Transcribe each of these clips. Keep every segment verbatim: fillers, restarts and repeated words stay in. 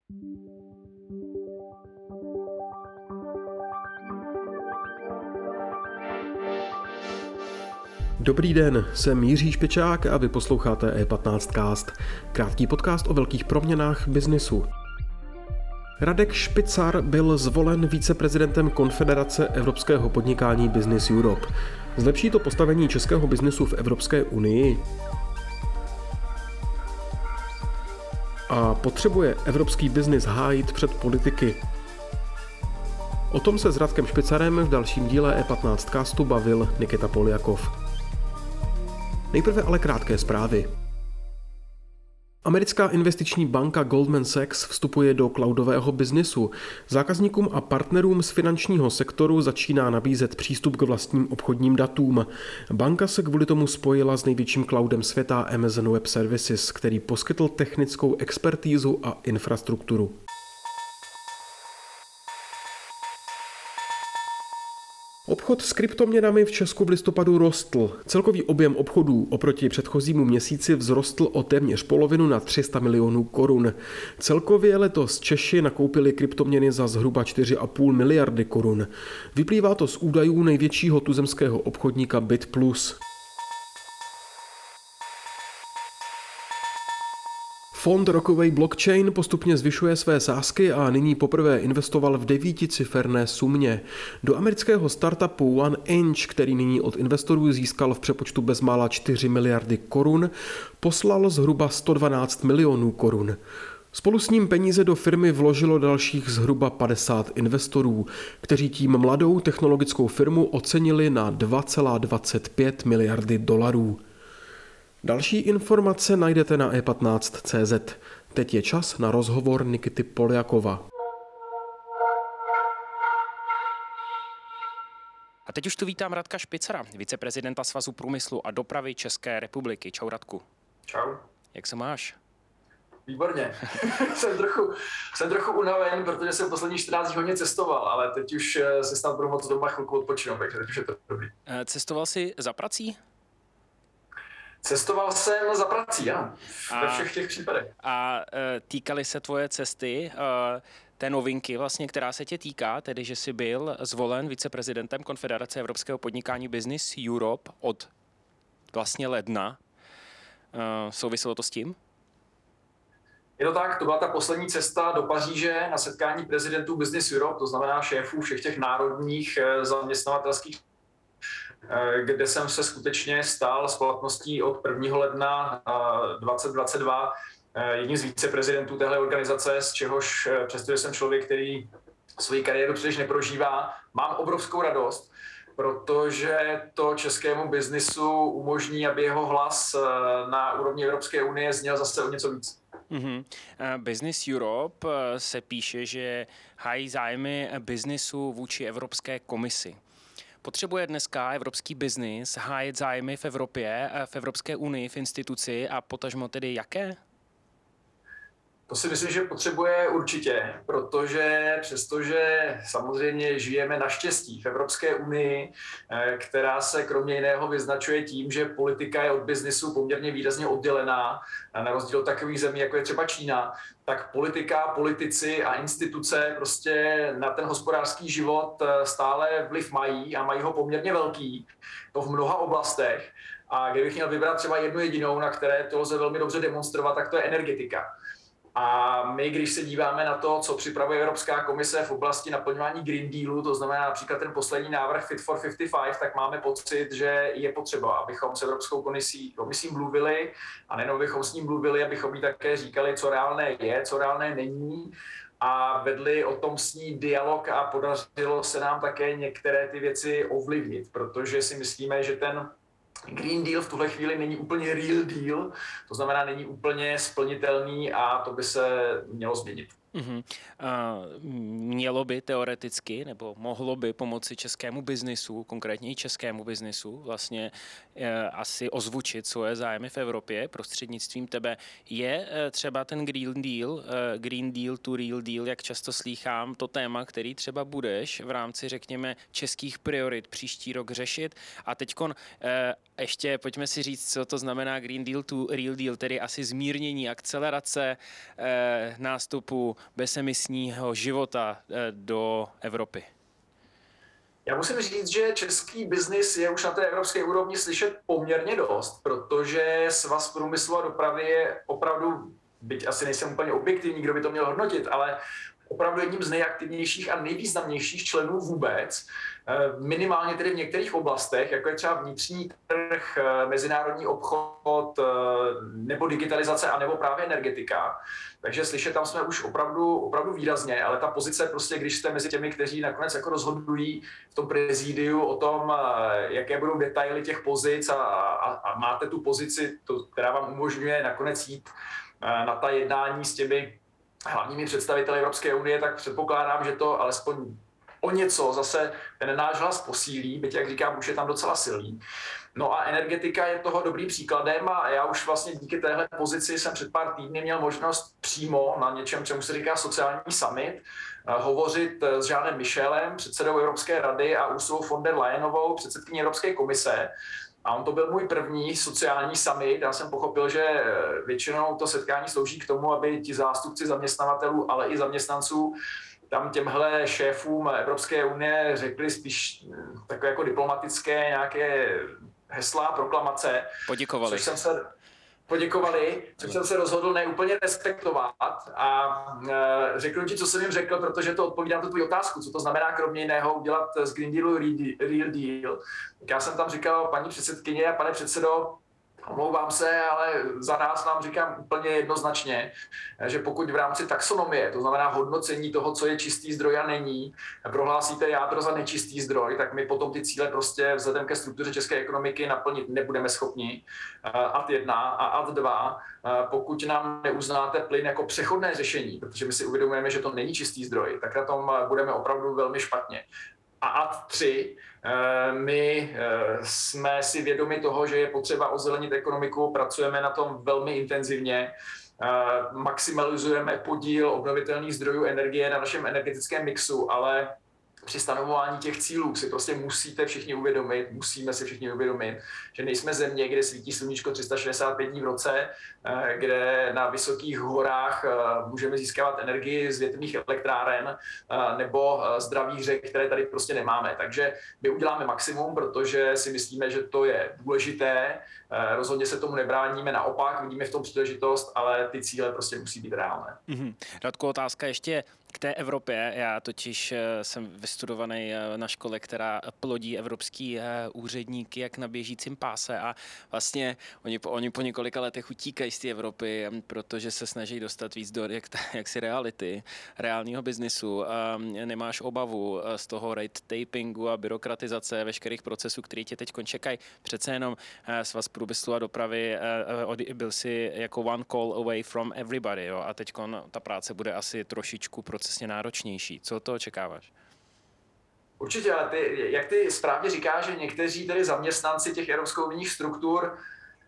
Dobrý den, jsem Jiří Špičák a vy posloucháte E patnáct cast, krátký podcast o velkých proměnách biznisu. Radek Špicar byl zvolen viceprezidentem Konfederace evropského podnikání Business Europe. Zlepší to postavení českého biznesu v Evropské unii? A potřebuje evropský biznis hájit před politiky? O tom se s Radkem Špicarem v dalším díle E patnáct castu bavil Nikita Poljakov. Nejprve ale krátké zprávy. Americká investiční banka Goldman Sachs vstupuje do cloudového biznisu. Zákazníkům a partnerům z finančního sektoru začíná nabízet přístup k vlastním obchodním datům. Banka se kvůli tomu spojila s největším cloudem světa Amazon Web Services, který poskytl technickou expertízu a infrastrukturu. Obchod s kryptoměnami v Česku v listopadu rostl. Celkový objem obchodů oproti předchozímu měsíci vzrostl o téměř polovinu na tři sta milionů korun. Celkově letos Češi nakoupili kryptoměny za zhruba čtyři a půl miliardy korun. Vyplývá to z údajů největšího tuzemského obchodníka BitPlus. Fond Rockaway Blockchain postupně zvyšuje své sázky a nyní poprvé investoval v devíficiferné sumě. Do amerického startupu One Inch, který nyní od investorů získal v přepočtu bezmála čtyři miliardy korun, poslal zhruba sto dvanáct milionů korun. Spolu s ním peníze do firmy vložilo dalších zhruba padesát investorů, kteří tím mladou technologickou firmu ocenili na dva celá dvacet pět miliardy dolarů. Další informace najdete na e patnáct tečka cé zet. Teď je čas na rozhovor Nikity Poljakova. A teď už tu vítám Radka Špicara, viceprezidenta Svazu průmyslu a dopravy České republiky. Čau Radku. Čau. Jak se máš? Výborně. jsem, trochu, jsem trochu unaven, protože jsem poslední čtrnáct dní hodně cestoval, ale teď už se snad budu moc doma chvilku odpočinout, takže teď už je to dobrý. Cestoval jsi za prací? Cestoval jsem za prací, ano, a, ve všech těch případech. A týkaly se tvoje cesty, té novinky vlastně, která se tě týká, tedy že jsi byl zvolen viceprezidentem Konfederace evropského podnikání Business Europe od vlastně ledna. Souviselo to s tím? Je to tak, to byla ta poslední cesta do Paříže na setkání prezidentů Business Europe, to znamená šéfů všech těch národních zaměstnavatelských, kde jsem se skutečně stal s platností od prvního ledna dvacet dvacet dva jedním z viceprezidentů téhle organizace, z čehož, přestože jsem člověk, který svoji kariéru příliš neprožívá, mám obrovskou radost, protože to českému biznisu umožní, aby jeho hlas na úrovni Evropské unie zněl zase o něco víc. Mm-hmm. Business Europe se píše, že hájí zájmy biznisu vůči Evropské komisi. Potřebuje dneska evropský biznis hájit zájmy v Evropě, v Evropské unii, v instituci a potažmo tedy jaké? To si myslím, že potřebuje určitě, protože přestože samozřejmě žijeme naštěstí v Evropské unii, která se kromě jiného vyznačuje tím, že politika je od biznisu poměrně výrazně oddělená, na rozdíl od takových zemí, jako je třeba Čína, tak politika, politici a instituce prostě na ten hospodářský život stále vliv mají a mají ho poměrně velký, to v mnoha oblastech. A kdybych měl vybrat třeba jednu jedinou, na které to lze velmi dobře demonstrovat, tak to je energetika. A my, když se díváme na to, co připravuje Evropská komise v oblasti naplňování Green Dealu, to znamená například ten poslední návrh Fit for padesát pět, tak máme pocit, že je potřeba, abychom s Evropskou komisí, komisí mluvili a nejenom abychom s ním mluvili, abychom jí také říkali, co reálné je, co reálné není a vedli o tom s ní dialog a podařilo se nám také některé ty věci ovlivnit, protože si myslíme, že ten Green Deal v tuhle chvíli není úplně real deal, to znamená není úplně splnitelný a to by se mělo změnit. Uh-huh. Uh, mělo by teoreticky, nebo mohlo by pomoci českému biznisu, konkrétně i českému biznisu, vlastně uh, asi ozvučit svoje zájmy v Evropě prostřednictvím tebe. Je uh, třeba ten Green Deal, uh, Green Deal to Real Deal, jak často slýchám, to téma, který třeba budeš v rámci, řekněme, českých priorit příští rok řešit. A teďkon uh, ještě pojďme si říct, co to znamená Green Deal to Real Deal, tedy asi zmírnění, akcelerace eh, nástupu bezemisního života eh, do Evropy. Já musím říct, že český biznis je už na té evropské úrovni slyšet poměrně dost, protože Svaz průmyslu a dopravy je opravdu, byť asi nejsem úplně objektivní, kdo by to měl hodnotit, ale opravdu jedním z nejaktivnějších a nejvýznamnějších členů vůbec, minimálně tedy v některých oblastech, jako je třeba vnitřní trh, mezinárodní obchod nebo digitalizace a nebo právě energetika. Takže slyšet tam jsme už opravdu, opravdu výrazně, ale ta pozice prostě, když jste mezi těmi, kteří nakonec jako rozhodují v tom prezidiu o tom, jaké budou detaily těch pozic a, a, a máte tu pozici, to, která vám umožňuje nakonec jít na ta jednání s těmi hlavními představiteli Evropské unie, tak předpokládám, že to alespoň o něco zase ten náš hlas posílí, byť jak říkám, už je tam docela silný. No a energetika je toho dobrým příkladem a já už vlastně díky téhle pozici jsem před pár týdny měl možnost přímo na něčem, čemu se říká sociální summit, hovořit s Jeanem Michelem, předsedou Evropské rady, a Ursulou von der Leyenovou, předsedkyní Evropské komise. A on to byl můj první sociální summit. Já jsem pochopil, že většinou to setkání slouží k tomu, aby ti zástupci zaměstnavatelů, ale i zaměstnanců tam těmhle šéfům Evropské unie řekli spíš takové jako diplomatické nějaké hesla, proklamace. Poděkovali. Což jsem se poděkovali, což jsem se rozhodl neúplně respektovat a e, řeknu ti, co jsem jim řekl, protože to odpovídám tu tvou otázku, co to znamená kromě jiného udělat z Green Dealu Real Deal. Tak já jsem tam říkal, paní předsedkyně a pane předsedo, omlouvám se, ale za nás nám říkám úplně jednoznačně, že pokud v rámci taxonomie, to znamená hodnocení toho, co je čistý zdroj a není, prohlásíte jádro za nečistý zdroj, tak my potom ty cíle prostě vzhledem ke struktuře české ekonomiky naplnit nebudeme schopni. Ad jedna a ad dva, pokud nám neuznáte plyn jako přechodné řešení, protože my si uvědomujeme, že to není čistý zdroj, tak na tom budeme opravdu velmi špatně. A ad tři, my jsme si vědomi toho, že je potřeba ozelenit ekonomiku, pracujeme na tom velmi intenzivně, maximalizujeme podíl obnovitelných zdrojů energie na našem energetickém mixu, ale při stanovování těch cílů si prostě musíte všichni uvědomit, musíme si všichni uvědomit, že nejsme země, kde svítí sluníčko tři sta šedesát pět dní v roce, kde na vysokých horách můžeme získávat energii z větrných elektráren nebo zdravých řek, které tady prostě nemáme. Takže my uděláme maximum, protože si myslíme, že to je důležité. Rozhodně se tomu nebráníme, naopak vidíme v tom příležitost, ale ty cíle prostě musí být reálné. Mm-hmm. Radko, otázka ještě k té Evropě. Já totiž jsem vystudovaný na škole, která plodí evropský úředníky jak na běžícím páse a vlastně oni po, oni po několika letech utíkají z té Evropy, protože se snaží dostat víc do jak, jaksi reality, reálního biznisu. Nemáš obavu z toho rate tapingu a byrokratizace veškerých procesů, který tě teď čekají. Přece jenom Svaz průmyslu a dopravy byl si jako one call away from everybody, jo? A teď ta práce bude asi trošičku procesně náročnější. Co to očekáváš? Určitě, ale ty, jak ty správně říkáš, že někteří tedy zaměstnanci těch evropských struktur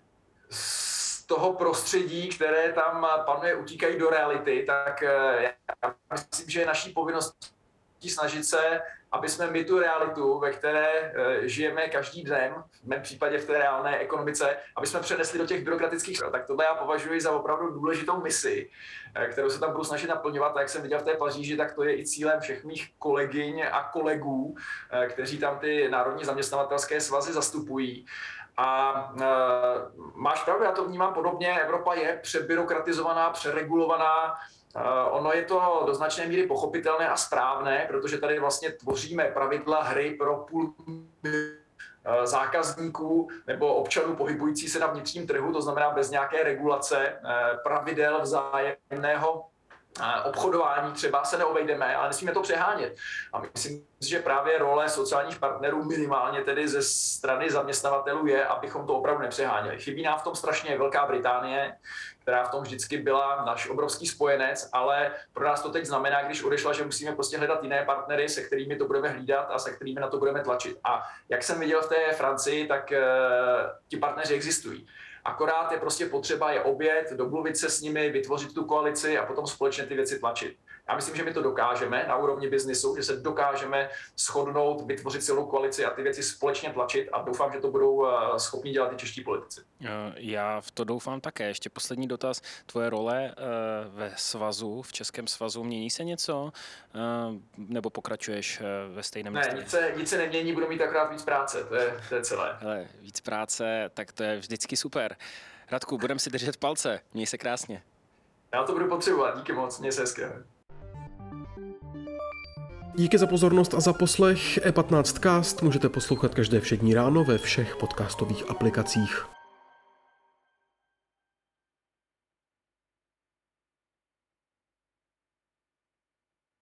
z toho prostředí, které tam panuje, utíkají do reality, tak já myslím, že je naší povinností snažit se, aby jsme my tu realitu, ve které žijeme každý den, v mém případě v té reálné ekonomice, aby jsme přenesli do těch byrokratických. Tak tohle já považuji za opravdu důležitou misi, kterou se tam budu snažit naplňovat. A jak jsem viděl v té Paříži, tak to je i cílem všech mých kolegyň a kolegů, kteří tam ty národní zaměstnavatelské svazy zastupují. A e, máš pravdu, já to vnímám podobně. Evropa je přebyrokratizovaná, přeregulovaná. Uh, ono je to do značné míry pochopitelné a správné, protože tady vlastně tvoříme pravidla hry pro půl uh, zákazníků nebo občanů pohybující se na vnitřním trhu, to znamená bez nějaké regulace, uh, pravidel vzájemného obchodování třeba se neobejdeme, ale nesmíme to přehánět. A myslím si, že právě role sociálních partnerů minimálně tedy ze strany zaměstnavatelů je, abychom to opravdu nepřeháněli. Chybí nám v tom strašně Velká Británie, která v tom vždycky byla náš obrovský spojenec, ale pro nás to teď znamená, když odešla, že musíme prostě hledat jiné partnery, se kterými to budeme hlídat a se kterými na to budeme tlačit. A jak jsem viděl v té Francii, tak uh, ti partneři existují. Akorát je prostě potřeba je objet, domluvit se s nimi, vytvořit tu koalici a potom společně ty věci tlačit. Já myslím, že my to dokážeme na úrovni biznisu, že se dokážeme shodnout, vytvořit silnou koalici a ty věci společně tlačit a doufám, že to budou schopni dělat i čeští politici. Já v to doufám také. Ještě poslední dotaz. Tvoje role ve svazu, v Českém svazu, mění se něco? Nebo pokračuješ ve stejném Ne, nic se, nic se nemění, budu mít akorát víc práce, to je, to je celé. Hele, víc práce, tak to je vždycky super. Radku, budeme si držet palce. Měj se krásně. Já to budu potřebovat, díky moc, měj se hezky. Díky za pozornost a za poslech. E patnáct Cast můžete poslouchat každé všední ráno ve všech podcastových aplikacích.